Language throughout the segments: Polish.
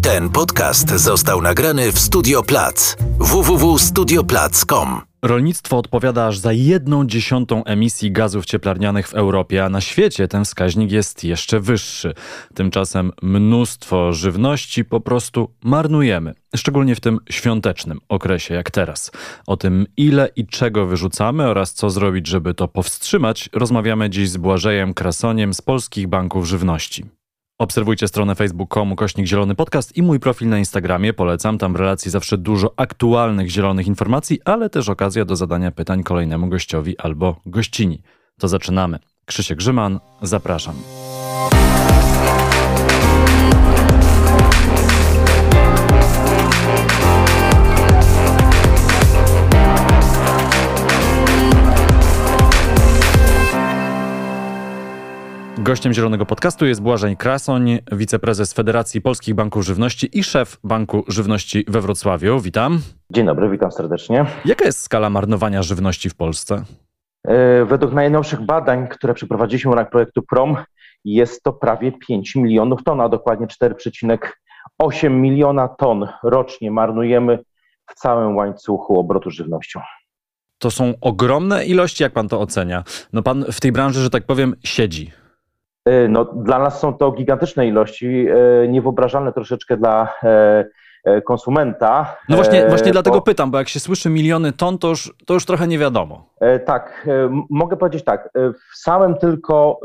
Ten podcast został nagrany w Studio Plac. www.studioplac.com. Rolnictwo odpowiada aż za 1/10 emisji gazów cieplarnianych w Europie, a na świecie ten wskaźnik jest jeszcze wyższy. Tymczasem mnóstwo żywności po prostu marnujemy, szczególnie w tym świątecznym okresie jak teraz. O tym, ile i czego wyrzucamy oraz co zrobić, żeby to powstrzymać, rozmawiamy dziś z Błażejem Krasoniem z Polskich Banków Żywności. Obserwujcie stronę facebook.com/Zielony Podcast i mój profil na Instagramie. Polecam, tam w relacji zawsze dużo aktualnych zielonych informacji, ale też okazja do zadania pytań kolejnemu gościowi albo gościni. To zaczynamy. Krzysiek Grzyman, zapraszam. Gościem Zielonego Podcastu jest Błażej Krasoń, wiceprezes Federacji Polskich Banków Żywności i szef Banku Żywności we Wrocławiu. Witam. Dzień dobry, witam serdecznie. Jaka jest skala marnowania żywności w Polsce? Według najnowszych badań, które przeprowadziliśmy w ramach projektu PROM, jest to prawie 5 milionów ton, a dokładnie 4,8 miliona ton rocznie marnujemy w całym łańcuchu obrotu żywnością. To są ogromne ilości, jak pan to ocenia? No pan w tej branży, że tak powiem, siedzi. No, dla nas są to gigantyczne ilości, niewyobrażalne troszeczkę dla konsumenta. No właśnie dlatego pytam, bo jak się słyszy miliony ton, to już trochę nie wiadomo. Tak, mogę powiedzieć tak, w samym tylko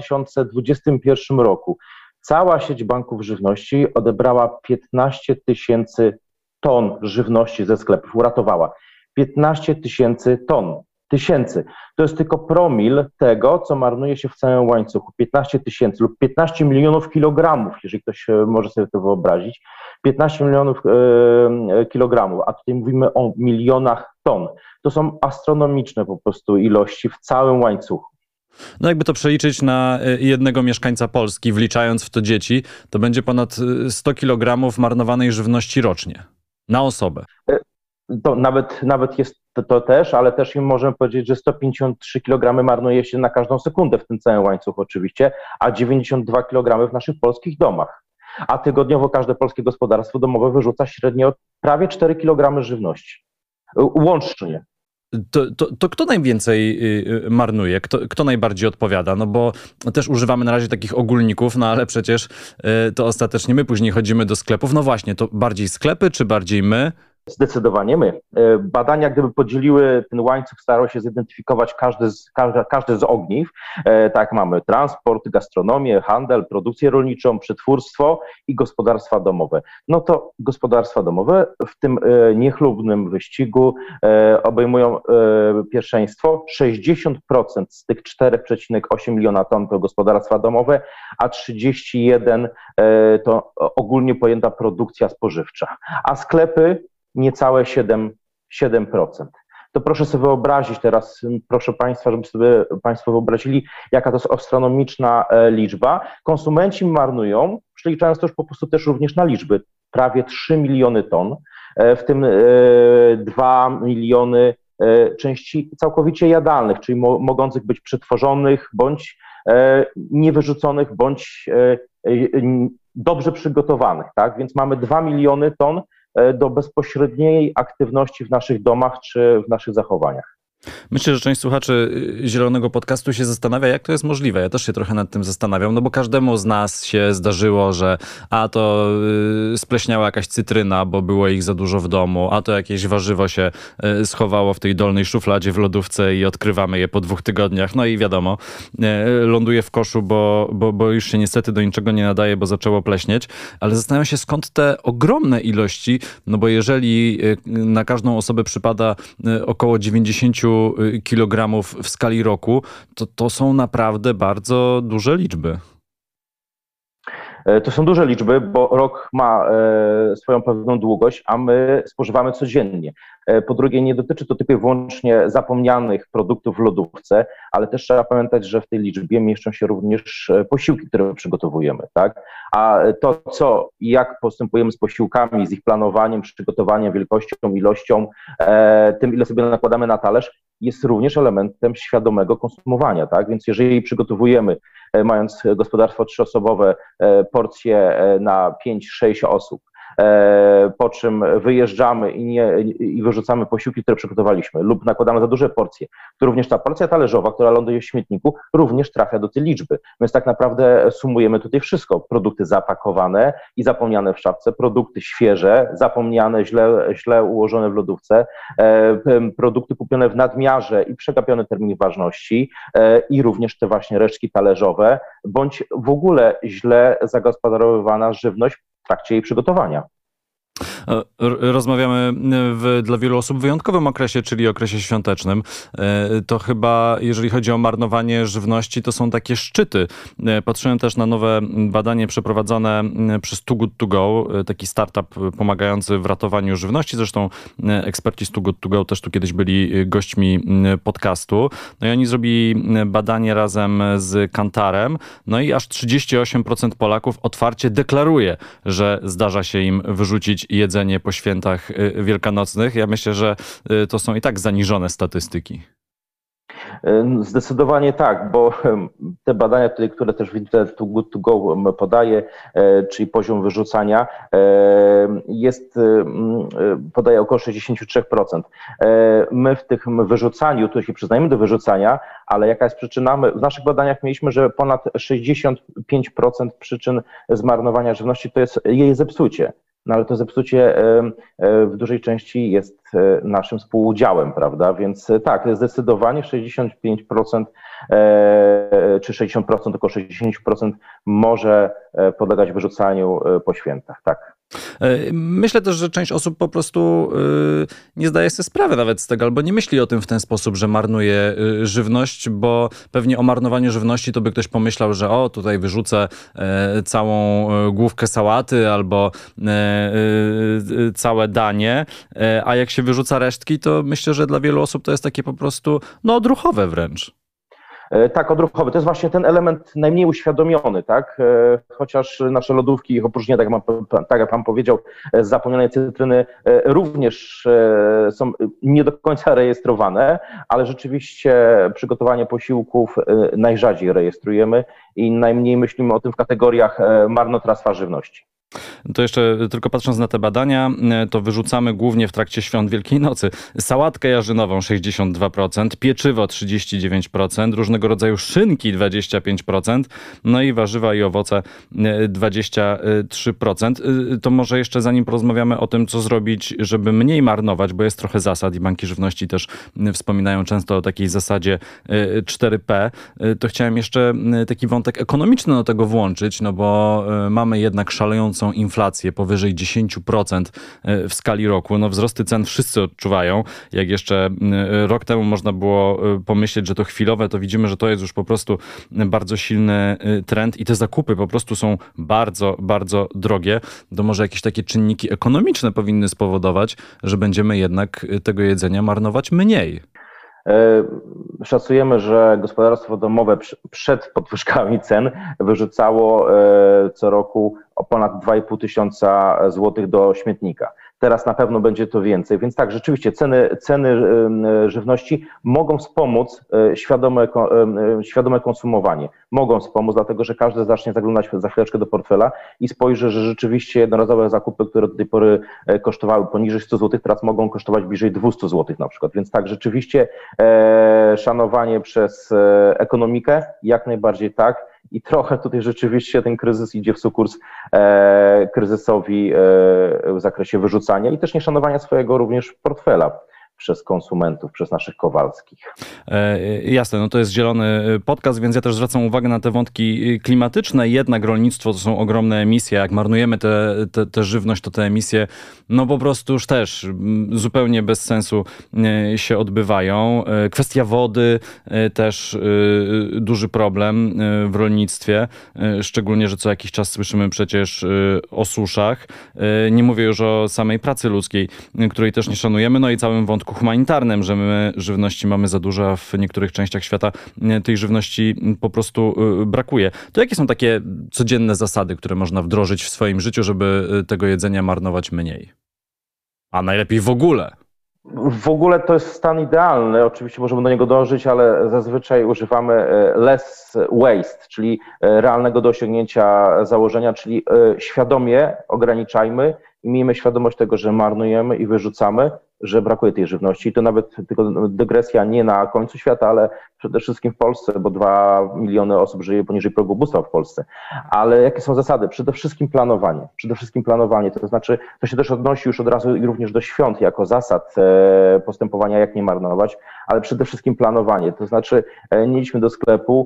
2021 roku cała sieć banków żywności odebrała 15 tysięcy ton żywności ze sklepów, uratowała. 15 tysięcy ton. To jest tylko promil tego, co marnuje się w całym łańcuchu. 15 tysięcy lub 15 milionów kilogramów, jeżeli ktoś może sobie to wyobrazić. 15 milionów kilogramów, a tutaj mówimy o milionach ton. To są astronomiczne po prostu ilości w całym łańcuchu. No jakby to przeliczyć na jednego mieszkańca Polski, wliczając w to dzieci, to będzie ponad 100 kilogramów marnowanej żywności rocznie na osobę. To nawet jest to też, ale też możemy powiedzieć, że 153 kg marnuje się na każdą sekundę w tym całym łańcuchu oczywiście, a 92 kg w naszych polskich domach. A tygodniowo każde polskie gospodarstwo domowe wyrzuca średnio prawie 4 kg żywności. Łącznie. To kto najwięcej marnuje? Kto najbardziej odpowiada? No bo też używamy na razie takich ogólników, no ale przecież to ostatecznie my później chodzimy do sklepów. No właśnie, to bardziej sklepy czy bardziej my? Zdecydowanie my. Badania, gdyby podzieliły ten łańcuch, starały się zidentyfikować każdy z ogniw. Tak, mamy transport, gastronomię, handel, produkcję rolniczą, przetwórstwo i gospodarstwa domowe. No to gospodarstwa domowe w tym niechlubnym wyścigu obejmują pierwszeństwo. 60% z tych 4,8 miliona ton to gospodarstwa domowe, a 31% to ogólnie pojęta produkcja spożywcza. A sklepy niecałe 7%. To proszę sobie wyobrazić teraz, proszę Państwa, żeby sobie Państwo wyobrazili, jaka to jest astronomiczna liczba. Konsumenci marnują, przeliczając to już po prostu też również na liczby, prawie 3 miliony ton, w tym 2 miliony części całkowicie jadalnych, czyli mogących być przetworzonych, bądź niewyrzuconych, bądź dobrze przygotowanych. Tak? Więc mamy 2 miliony ton do bezpośredniej aktywności w naszych domach czy w naszych zachowaniach. Myślę, że część słuchaczy Zielonego Podcastu się zastanawia, jak to jest możliwe. Ja też się trochę nad tym zastanawiam, no bo każdemu z nas się zdarzyło, że a to spleśniała jakaś cytryna, bo było ich za dużo w domu, a to jakieś warzywo się schowało w tej dolnej szufladzie w lodówce i odkrywamy je po 2 tygodniach. No i wiadomo, ląduje w koszu, bo już się niestety do niczego nie nadaje, bo zaczęło pleśnieć. Ale zastanawiam się, skąd te ogromne ilości, no bo jeżeli na każdą osobę przypada około 90 kilogramów w skali roku, to są naprawdę bardzo duże liczby. To są duże liczby, bo rok ma swoją pewną długość, a my spożywamy codziennie. Po drugie, nie dotyczy to tylko i wyłącznie zapomnianych produktów w lodówce, ale też trzeba pamiętać, że w tej liczbie mieszczą się również posiłki, które przygotowujemy, tak? A to, co i jak postępujemy z posiłkami, z ich planowaniem, przygotowaniem, wielkością, ilością, tym, ile sobie nakładamy na talerz, jest również elementem świadomego konsumowania, tak? Więc jeżeli przygotowujemy, mając gospodarstwo trzyosobowe, porcje na 5-6 osób, po czym wyjeżdżamy i wyrzucamy posiłki, które przygotowaliśmy, lub nakładamy za duże porcje, to również ta porcja talerzowa, która ląduje w śmietniku, również trafia do tej liczby. Więc tak naprawdę sumujemy tutaj wszystko. Produkty zapakowane i zapomniane w szafce, produkty świeże, zapomniane, źle ułożone w lodówce, produkty kupione w nadmiarze i przegapiony termin ważności i również te właśnie resztki talerzowe, bądź w ogóle źle zagospodarowywana żywność w trakcie jej przygotowania. Rozmawiamy dla wielu osób w wyjątkowym okresie, czyli okresie świątecznym. To chyba, jeżeli chodzi o marnowanie żywności, to są takie szczyty. Patrzyłem też na nowe badanie przeprowadzone przez Too Good To Go, taki startup pomagający w ratowaniu żywności. Zresztą eksperci z Too Good To Go też tu kiedyś byli gośćmi podcastu. No i oni zrobili badanie razem z Kantarem. No i aż 38% Polaków otwarcie deklaruje, że zdarza się im wyrzucić jedzenie po świętach wielkanocnych. Ja myślę, że to są i tak zaniżone statystyki. Zdecydowanie tak, bo te badania, które też widzę, Too Good To Go podaje, czyli poziom wyrzucania, podaje około 63%. My w tym wyrzucaniu, tu się przyznajemy do wyrzucania, ale jaka jest przyczyna? My w naszych badaniach mieliśmy, że ponad 65% przyczyn zmarnowania żywności to jest jej zepsucie. No ale to zepsucie w dużej części jest naszym współudziałem, prawda? Więc tak, zdecydowanie 65% czy 60%, około 60% może podlegać wyrzucaniu po świętach, tak. Myślę też, że część osób po prostu nie zdaje sobie sprawy nawet z tego, albo nie myśli o tym w ten sposób, że marnuje żywność, bo pewnie o marnowaniu żywności to by ktoś pomyślał, że o, tutaj wyrzucę całą główkę sałaty albo całe danie, a jak się wyrzuca resztki, to myślę, że dla wielu osób to jest takie po prostu odruchowe wręcz. Tak, odruchowy. To jest właśnie ten element najmniej uświadomiony, tak? Chociaż nasze lodówki, ich oprócz tak jak pan powiedział, z zapomnianej cytryny również są nie do końca rejestrowane, ale rzeczywiście przygotowanie posiłków najrzadziej rejestrujemy i najmniej myślimy o tym w kategoriach marnotrawstwa żywności. To jeszcze tylko patrząc na te badania, to wyrzucamy głównie w trakcie świąt Wielkiej Nocy. Sałatkę jarzynową 62%, pieczywo 39%, różnego rodzaju szynki 25%, no i warzywa i owoce 23%. To może jeszcze zanim porozmawiamy o tym, co zrobić, żeby mniej marnować, bo jest trochę zasad i banki żywności też wspominają często o takiej zasadzie 4P, to chciałem jeszcze taki wątek ekonomiczny do tego włączyć, no bo mamy jednak szalejącą inflację powyżej 10% w skali roku. No wzrosty cen wszyscy odczuwają. Jak jeszcze rok temu można było pomyśleć, że to chwilowe, to widzimy, że to jest już po prostu bardzo silny trend i te zakupy po prostu są bardzo, bardzo drogie. To może jakieś takie czynniki ekonomiczne powinny spowodować, że będziemy jednak tego jedzenia marnować mniej. Szacujemy, że gospodarstwo domowe przed podwyżkami cen wyrzucało co roku o ponad 2,5 tysiąca złotych do śmietnika. Teraz na pewno będzie to więcej, więc tak, rzeczywiście ceny żywności mogą wspomóc świadome konsumowanie. Mogą wspomóc, dlatego że każdy zacznie zaglądać za chwileczkę do portfela i spojrzy, że rzeczywiście jednorazowe zakupy, które do tej pory kosztowały poniżej 100 zł, teraz mogą kosztować bliżej 200 zł na przykład. Więc tak, rzeczywiście szanowanie przez ekonomikę, jak najbardziej tak. I trochę tutaj rzeczywiście ten kryzys idzie w sukurs kryzysowi w zakresie wyrzucania i też nieszanowania swojego również portfela przez konsumentów, przez naszych Kowalskich. Jasne, no to jest zielony podcast, więc ja też zwracam uwagę na te wątki klimatyczne. Jednak rolnictwo to są ogromne emisje. Jak marnujemy tę żywność, to te emisje no po prostu już też zupełnie bez sensu się odbywają. Kwestia wody też duży problem w rolnictwie, szczególnie, że co jakiś czas słyszymy przecież o suszach. Nie mówię już o samej pracy ludzkiej, której też nie szanujemy, no i całym wątku humanitarnym, że my żywności mamy za dużo, a w niektórych częściach świata tej żywności po prostu brakuje. To jakie są takie codzienne zasady, które można wdrożyć w swoim życiu, żeby tego jedzenia marnować mniej? A najlepiej w ogóle. W ogóle to jest stan idealny, oczywiście możemy do niego dążyć, ale zazwyczaj używamy less waste, czyli realnego do osiągnięcia założenia, czyli świadomie ograniczajmy i miejmy świadomość tego, że marnujemy i wyrzucamy, że brakuje tej żywności. I to nawet tylko dygresja nie na końcu świata, ale przede wszystkim w Polsce, bo 2 miliony osób żyje poniżej progu ubóstwa w Polsce. Ale jakie są zasady? Przede wszystkim planowanie. To znaczy, to się też odnosi już od razu i również do świąt jako zasad postępowania, jak nie marnować, ale przede wszystkim planowanie. To znaczy, nie idźmy do sklepu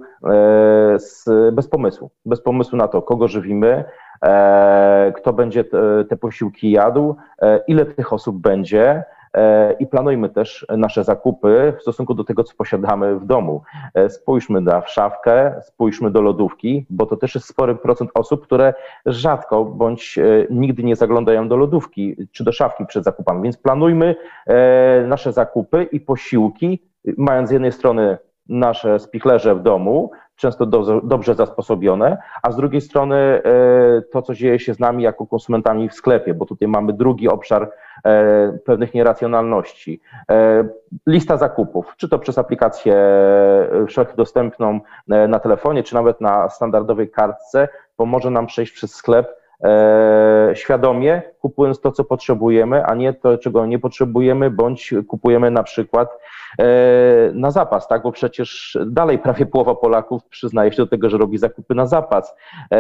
bez pomysłu na to, kogo żywimy, kto będzie te posiłki jadł, ile tych osób będzie, i planujmy też nasze zakupy w stosunku do tego, co posiadamy w domu. Spójrzmy na szafkę, spójrzmy do lodówki, bo to też jest spory procent osób, które rzadko bądź nigdy nie zaglądają do lodówki czy do szafki przed zakupami. Więc planujmy nasze zakupy i posiłki, mając z jednej strony nasze spichlerze w domu, często dobrze zasposobione, a z drugiej strony to, co dzieje się z nami jako konsumentami w sklepie, bo tutaj mamy drugi obszar pewnych nieracjonalności. Lista zakupów, czy to przez aplikację wszelkie dostępną na telefonie, czy nawet na standardowej kartce, pomoże nam przejść przez sklep świadomie, kupując to, co potrzebujemy, a nie to, czego nie potrzebujemy, bądź kupujemy na przykład na zapas, tak? Bo przecież dalej prawie połowa Polaków przyznaje się do tego, że robi zakupy na zapas.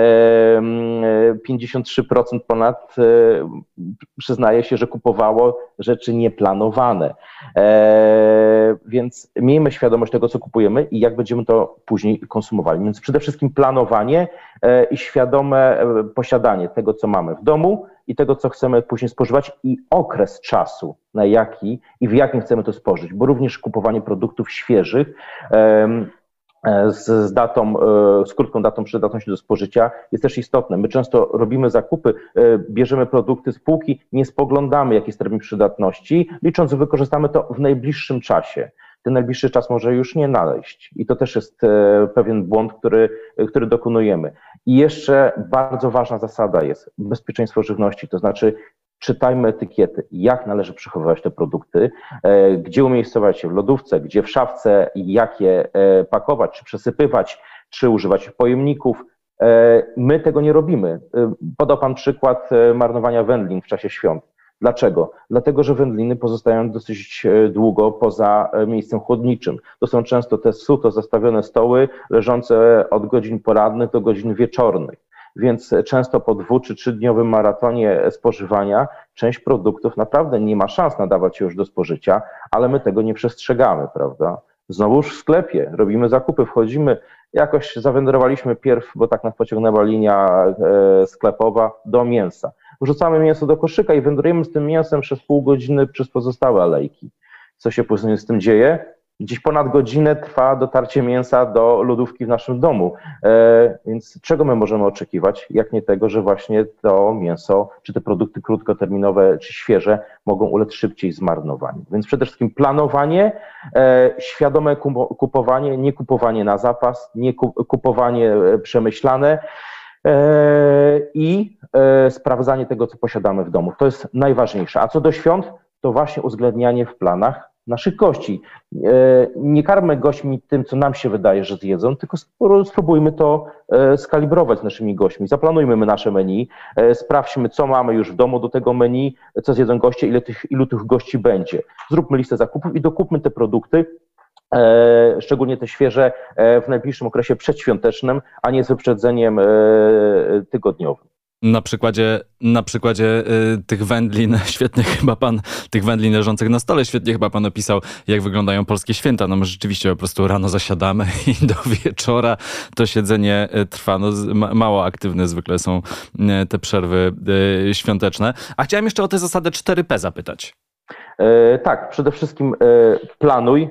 53% ponad przyznaje się, że kupowało rzeczy nieplanowane. Więc miejmy świadomość tego, co kupujemy i jak będziemy to później konsumowali. Więc przede wszystkim planowanie i świadome posiadanie tego, co mamy w domu i tego, co chcemy później spożywać i okres czasu, na jaki i w jakim chcemy to spożyć, bo również kupowanie produktów świeżych z krótką datą przydatności do spożycia jest też istotne. My często robimy zakupy, bierzemy produkty z półki, nie spoglądamy, jaki jest termin przydatności, licząc, że wykorzystamy to w najbliższym czasie. Ten najbliższy czas może już nie nadejść i to też jest pewien błąd, który dokonujemy. I jeszcze bardzo ważna zasada jest bezpieczeństwo żywności, to znaczy czytajmy etykiety, jak należy przechowywać te produkty, gdzie umiejscować je w lodówce, gdzie w szafce, jak je pakować, czy przesypywać, czy używać pojemników. My tego nie robimy. Podał Pan przykład marnowania wędlin w czasie świąt. Dlaczego? Dlatego, że wędliny pozostają dosyć długo poza miejscem chłodniczym. To są często te suto zastawione stoły leżące od godzin porannych do godzin wieczornych. Więc często po 2- czy 3-dniowym maratonie spożywania część produktów naprawdę nie ma szans nadawać się już do spożycia, ale my tego nie przestrzegamy, prawda? Znowuż w sklepie robimy zakupy, wchodzimy, jakoś zawędrowaliśmy pierw, bo tak nas pociągnęła linia sklepowa, do mięsa. Wrzucamy mięso do koszyka i wędrujemy z tym mięsem przez pół godziny przez pozostałe alejki. Co się później z tym dzieje? Gdzieś ponad godzinę trwa dotarcie mięsa do lodówki w naszym domu. Więc czego my możemy oczekiwać, jak nie tego, że właśnie to mięso, czy te produkty krótkoterminowe, czy świeże mogą ulec szybciej zmarnowaniu. Więc przede wszystkim planowanie, świadome kupowanie, nie kupowanie na zapas, nie kupowanie przemyślane i sprawdzanie tego, co posiadamy w domu. To jest najważniejsze. A co do świąt, to właśnie uwzględnianie w planach naszych gości. Nie karmy gośćmi tym, co nam się wydaje, że zjedzą, tylko spróbujmy to skalibrować z naszymi gośćmi. Zaplanujmy nasze menu, sprawdźmy, co mamy już w domu do tego menu, co zjedzą goście, ilu tych gości będzie. Zróbmy listę zakupów i dokupmy te produkty, szczególnie te świeże, w najbliższym okresie przedświątecznym, a nie z wyprzedzeniem tygodniowym. Na przykładzie tych wędlin, świetnie chyba pan, tych wędlin leżących na stole, świetnie chyba pan opisał, jak wyglądają polskie święta. No my rzeczywiście po prostu rano zasiadamy i do wieczora to siedzenie trwa. No, mało aktywne zwykle są te przerwy świąteczne. A chciałem jeszcze o tę zasadę 4P zapytać. Tak, przede wszystkim planuj,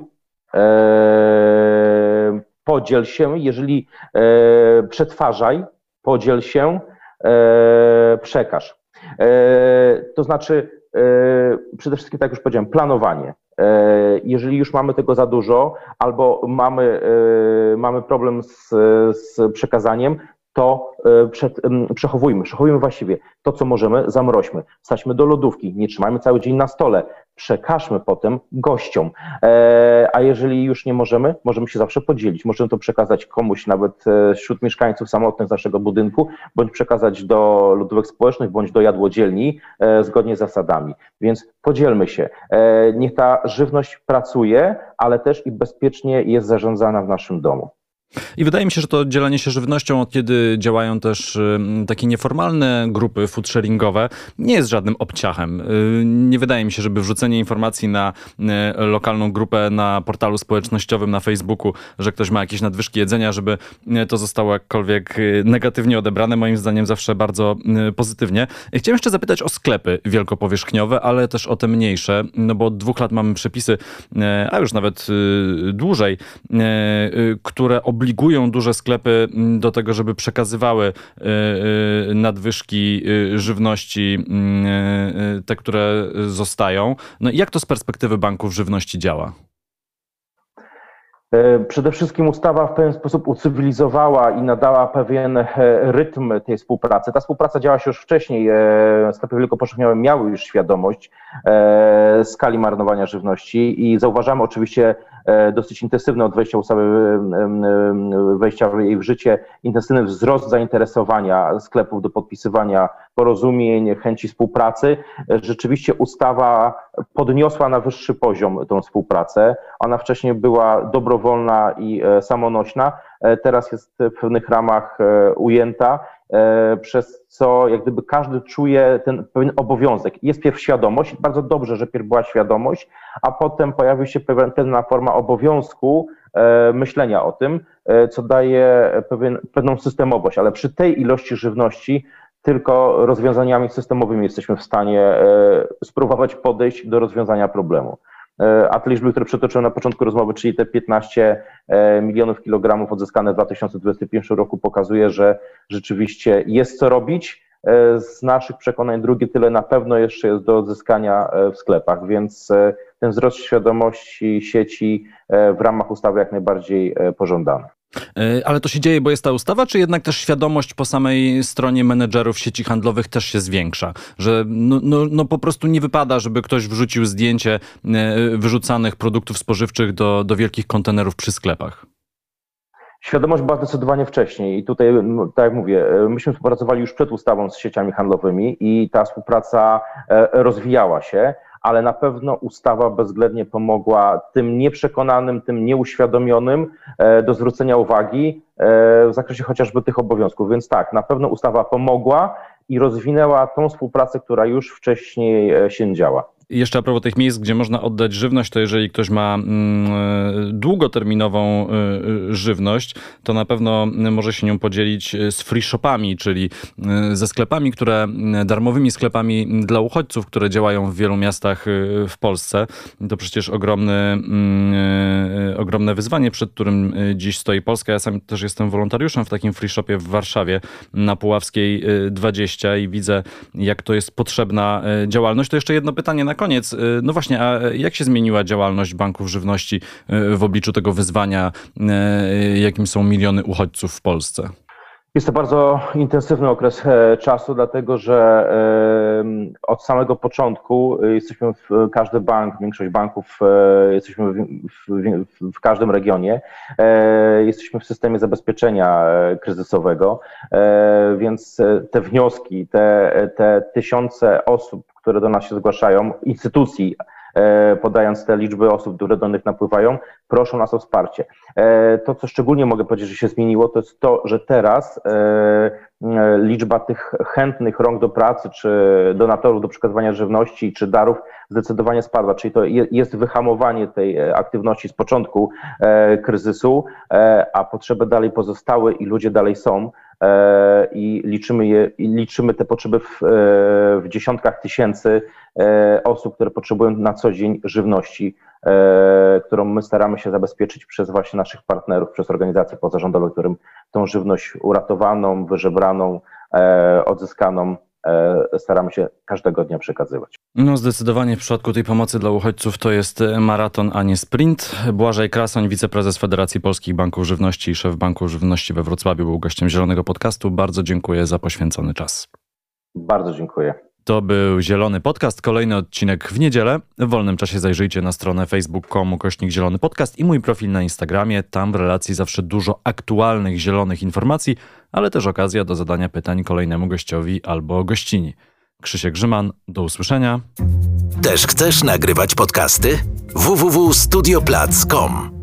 podziel się, jeżeli przetwarzaj, podziel się, przekaż. To znaczy, przede wszystkim, tak jak już powiedziałem, planowanie. Jeżeli już mamy tego za dużo albo mamy problem z przekazaniem, to przechowujmy właściwie to, co możemy, zamroźmy, wstaćmy do lodówki, nie trzymajmy cały dzień na stole, przekażmy potem gościom, a jeżeli już nie możemy się zawsze podzielić, możemy to przekazać komuś nawet wśród mieszkańców samotnych z naszego budynku, bądź przekazać do lodówek społecznych, bądź do jadłodzielni zgodnie z zasadami, więc podzielmy się, niech ta żywność pracuje, ale też i bezpiecznie jest zarządzana w naszym domu. I wydaje mi się, że to dzielenie się żywnością, od kiedy działają też takie nieformalne grupy foodsharingowe, nie jest żadnym obciachem. Nie wydaje mi się, żeby wrzucenie informacji na lokalną grupę na portalu społecznościowym na Facebooku, że ktoś ma jakieś nadwyżki jedzenia, żeby to zostało jakkolwiek negatywnie odebrane. Moim zdaniem zawsze bardzo pozytywnie. Chciałem jeszcze zapytać o sklepy wielkopowierzchniowe, ale też o te mniejsze, no bo od 2 lat mamy przepisy, a już nawet dłużej, które obligują duże sklepy do tego, żeby przekazywały nadwyżki żywności, te, które zostają. No i jak to z perspektywy banków żywności działa? Przede wszystkim ustawa w pewien sposób ucywilizowała i nadała pewien rytm tej współpracy. Ta współpraca działa się już wcześniej. Sklepy wielkopowierzchniowe miały już świadomość skali marnowania żywności i zauważamy oczywiście dosyć intensywny od wejścia ustawy, wejścia jej w życie, intensywny wzrost zainteresowania sklepów do podpisywania porozumień, chęci współpracy. Rzeczywiście ustawa podniosła na wyższy poziom tą współpracę. Ona wcześniej była dobrowolna i samonośna, teraz jest w pewnych ramach ujęta, przez co jak gdyby każdy czuje ten pewien obowiązek. Jest pierw świadomość, bardzo dobrze, że pierw była świadomość, a potem pojawi się pewna forma obowiązku myślenia o tym, co daje pewną systemowość, ale przy tej ilości żywności tylko rozwiązaniami systemowymi jesteśmy w stanie spróbować podejść do rozwiązania problemu. A te liczby, które przytoczyłem na początku rozmowy, czyli te 15 milionów kilogramów odzyskane w 2021 roku, pokazuje, że rzeczywiście jest co robić. Z naszych przekonań drugie tyle na pewno jeszcze jest do odzyskania w sklepach, więc ten wzrost świadomości sieci w ramach ustawy jak najbardziej pożądany. Ale to się dzieje, bo jest ta ustawa, czy jednak też świadomość po samej stronie menedżerów sieci handlowych też się zwiększa? Że no po prostu nie wypada, żeby ktoś wrzucił zdjęcie wyrzucanych produktów spożywczych do wielkich kontenerów przy sklepach? Świadomość była zdecydowanie wcześniej i tutaj, tak jak mówię, myśmy współpracowali już przed ustawą z sieciami handlowymi i ta współpraca rozwijała się, ale na pewno ustawa bezwzględnie pomogła tym nieprzekonanym, tym nieuświadomionym do zwrócenia uwagi w zakresie chociażby tych obowiązków. Więc tak, na pewno ustawa pomogła i rozwinęła tą współpracę, która już wcześniej się działa. I jeszcze a propos tych miejsc, gdzie można oddać żywność, to jeżeli ktoś ma długoterminową żywność, to na pewno może się nią podzielić z free shopami, czyli ze sklepami, darmowymi sklepami dla uchodźców, które działają w wielu miastach w Polsce. To przecież ogromne wyzwanie, przed którym dziś stoi Polska. Ja sam też jestem wolontariuszem w takim free shopie w Warszawie na Puławskiej 20 i widzę, jak to jest potrzebna działalność. To jeszcze jedno pytanie na koniec. No właśnie, a jak się zmieniła działalność banków żywności w obliczu tego wyzwania, jakim są miliony uchodźców w Polsce? Jest to bardzo intensywny okres czasu, dlatego że od samego początku jesteśmy każdy bank, większość banków, jesteśmy w każdym regionie, jesteśmy w systemie zabezpieczenia kryzysowego, więc te wnioski, te tysiące osób, które do nas się zgłaszają, instytucji, podając te liczby osób, które do nich napływają, proszą nas o wsparcie. To, co szczególnie mogę powiedzieć, że się zmieniło, to jest to, że teraz liczba tych chętnych rąk do pracy, czy donatorów do przekazywania żywności, czy darów zdecydowanie spadła, czyli to jest wyhamowanie tej aktywności z początku kryzysu, a potrzeby dalej pozostały i ludzie dalej są. I liczymy te potrzeby w dziesiątkach tysięcy osób, które potrzebują na co dzień żywności, którą my staramy się zabezpieczyć przez właśnie naszych partnerów, przez organizacje pozarządowe, którym tą żywność uratowaną, wyżebraną, odzyskaną staramy się każdego dnia przekazywać. No zdecydowanie w przypadku tej pomocy dla uchodźców to jest maraton, a nie sprint. Błażej Krasoń, wiceprezes Federacji Polskich Banków Żywności i szef Banku Żywności we Wrocławiu, był gościem Zielonego Podcastu. Bardzo dziękuję za poświęcony czas. Bardzo dziękuję. To był Zielony Podcast, kolejny odcinek w niedzielę. W wolnym czasie zajrzyjcie na stronę facebook.com/Zielony Podcast i mój profil na Instagramie. Tam w relacji zawsze dużo aktualnych, zielonych informacji, ale też okazja do zadania pytań kolejnemu gościowi albo gościni. Krzysiek Grzyman, do usłyszenia. Też chcesz nagrywać podcasty? www.studioplac.com